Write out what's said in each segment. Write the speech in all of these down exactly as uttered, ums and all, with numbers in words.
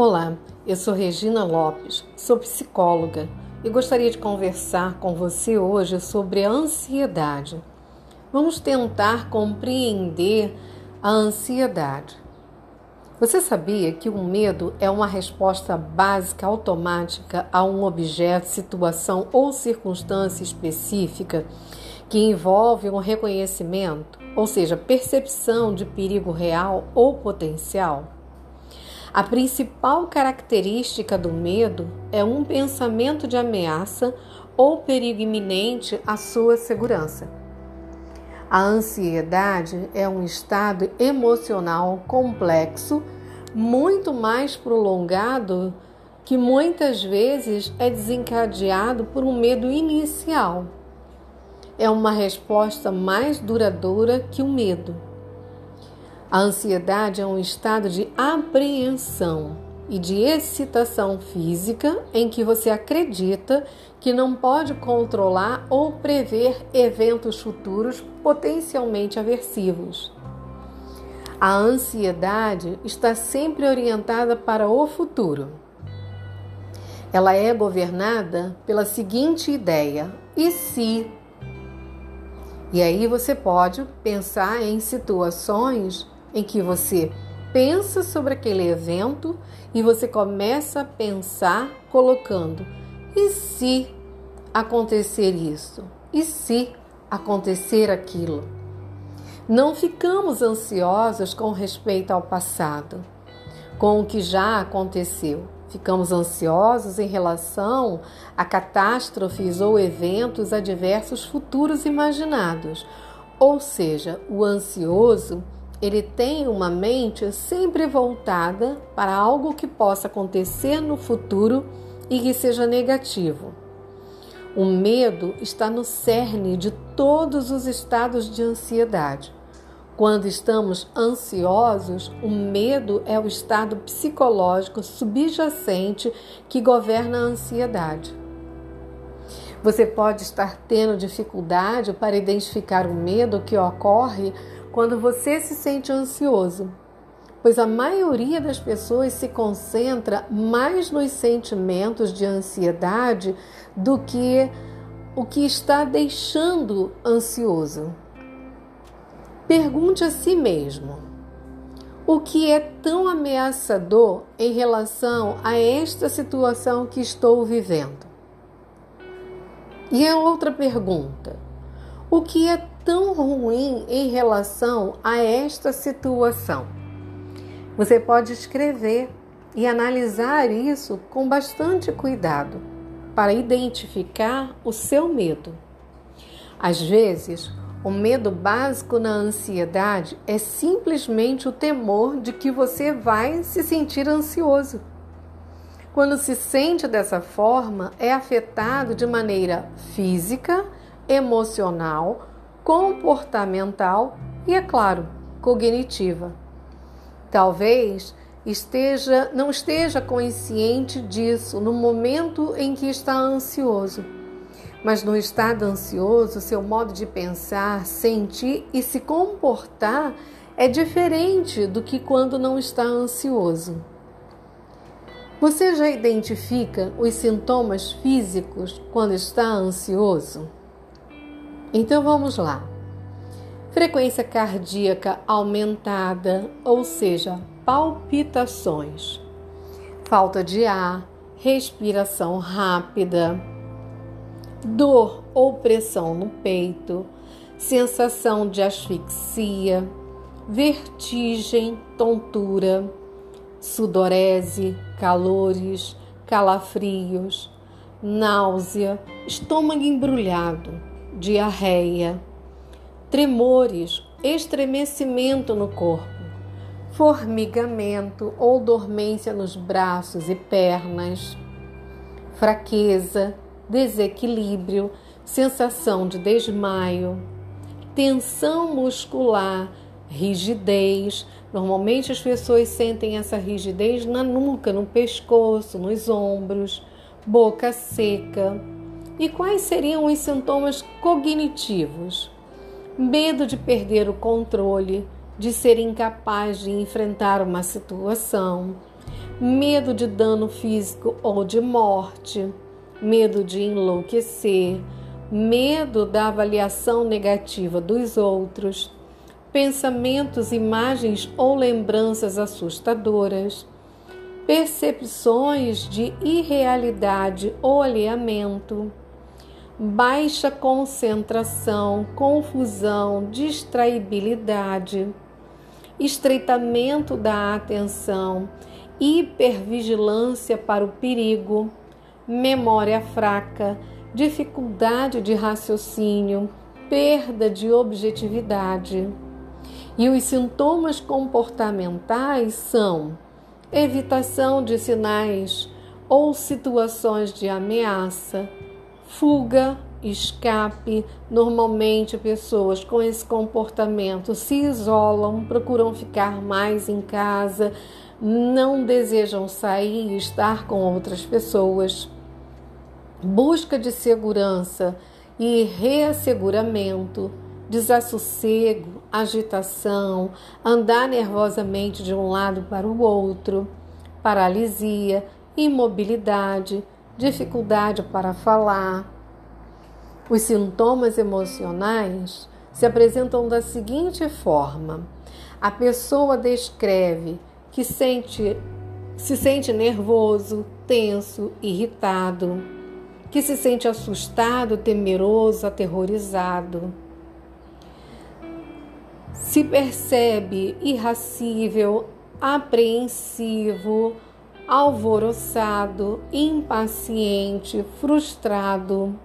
Olá, eu sou Regina Lopes, sou psicóloga e gostaria de conversar com você hoje sobre a ansiedade. Vamos tentar compreender a ansiedade. Você sabia que o medo é uma resposta básica automática a um objeto, situação ou circunstância específica que envolve um reconhecimento, ou seja, percepção de perigo real ou potencial? A principal característica do medo é um pensamento de ameaça ou perigo iminente à sua segurança. A ansiedade é um estado emocional complexo, muito mais prolongado, que muitas vezes é desencadeado por um medo inicial. É uma resposta mais duradoura que o medo. A ansiedade é um estado de apreensão e de excitação física em que você acredita que não pode controlar ou prever eventos futuros potencialmente aversivos. A ansiedade está sempre orientada para o futuro. Ela é governada pela seguinte ideia: e se? E aí você pode pensar em situações em que você pensa sobre aquele evento e você começa a pensar colocando: e se acontecer isso? E se acontecer aquilo? Não ficamos ansiosos com respeito ao passado, com o que já aconteceu. Ficamos ansiosos em relação a catástrofes ou eventos adversos futuros imaginados. Ou seja, o ansioso ele tem uma mente sempre voltada para algo que possa acontecer no futuro e que seja negativo. O medo está no cerne de todos os estados de ansiedade. Quando estamos ansiosos, o medo é o estado psicológico subjacente que governa a ansiedade. Você pode estar tendo dificuldade para identificar o medo que ocorre quando você se sente ansioso, pois a maioria das pessoas se concentra mais nos sentimentos de ansiedade do que o que está deixando ansioso. Pergunte a si mesmo: o que é tão ameaçador em relação a esta situação que estou vivendo? E a outra pergunta: o que é tão ruim em relação a esta situação? Você pode escrever e analisar isso com bastante cuidado para identificar o seu medo. Às vezes, o medo básico na ansiedade é simplesmente o temor de que você vai se sentir ansioso. Quando se sente dessa forma, é afetado de maneira física, emocional, comportamental e, é claro, cognitiva. Talvez esteja, não esteja consciente disso no momento em que está ansioso, mas no estado ansioso, seu modo de pensar, sentir e se comportar é diferente do que quando não está ansioso. Você já identifica os sintomas físicos quando está ansioso? Então vamos lá. Frequência cardíaca aumentada, ou seja, palpitações, falta de ar, respiração rápida, dor ou pressão no peito, sensação de asfixia, vertigem, tontura, sudorese, calores, calafrios, náusea, estômago embrulhado, diarreia, tremores, estremecimento no corpo, formigamento ou dormência nos braços e pernas, fraqueza, desequilíbrio, sensação de desmaio, tensão muscular, rigidez. Normalmente as pessoas sentem essa rigidez na nuca, no pescoço, nos ombros, boca seca. E quais seriam os sintomas cognitivos? Medo de perder o controle, de ser incapaz de enfrentar uma situação, medo de dano físico ou de morte, medo de enlouquecer, medo da avaliação negativa dos outros, pensamentos, imagens ou lembranças assustadoras, percepções de irrealidade ou alheamento, baixa concentração, confusão, distraibilidade, estreitamento da atenção, hipervigilância para o perigo, memória fraca, dificuldade de raciocínio, perda de objetividade. E os sintomas comportamentais são evitação de sinais ou situações de ameaça, fuga, escape. Normalmente, pessoas com esse comportamento se isolam, procuram ficar mais em casa, não desejam sair e estar com outras pessoas. Busca de segurança e reasseguramento, desassossego, agitação, andar nervosamente de um lado para o outro, paralisia, imobilidade, dificuldade para falar. Os sintomas emocionais se apresentam da seguinte forma: a pessoa descreve que sente, se sente nervoso, tenso, irritado, que se sente assustado, temeroso, aterrorizado. Se percebe irascível, apreensivo, alvoroçado, impaciente, frustrado.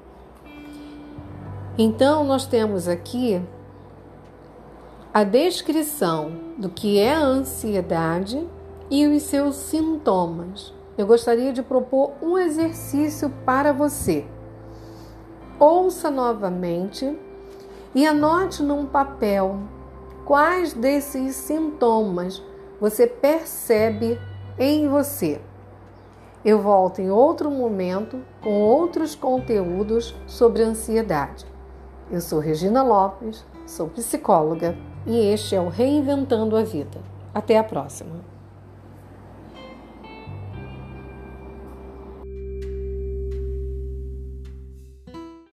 Então, nós temos aqui a descrição do que é a ansiedade e os seus sintomas. Eu gostaria de propor um exercício para você. Ouça novamente e anote num papel quais desses sintomas você percebe em você. Eu volto em outro momento com outros conteúdos sobre ansiedade. Eu sou Regina Lopes, sou psicóloga e este é o Reinventando a Vida. Até a próxima!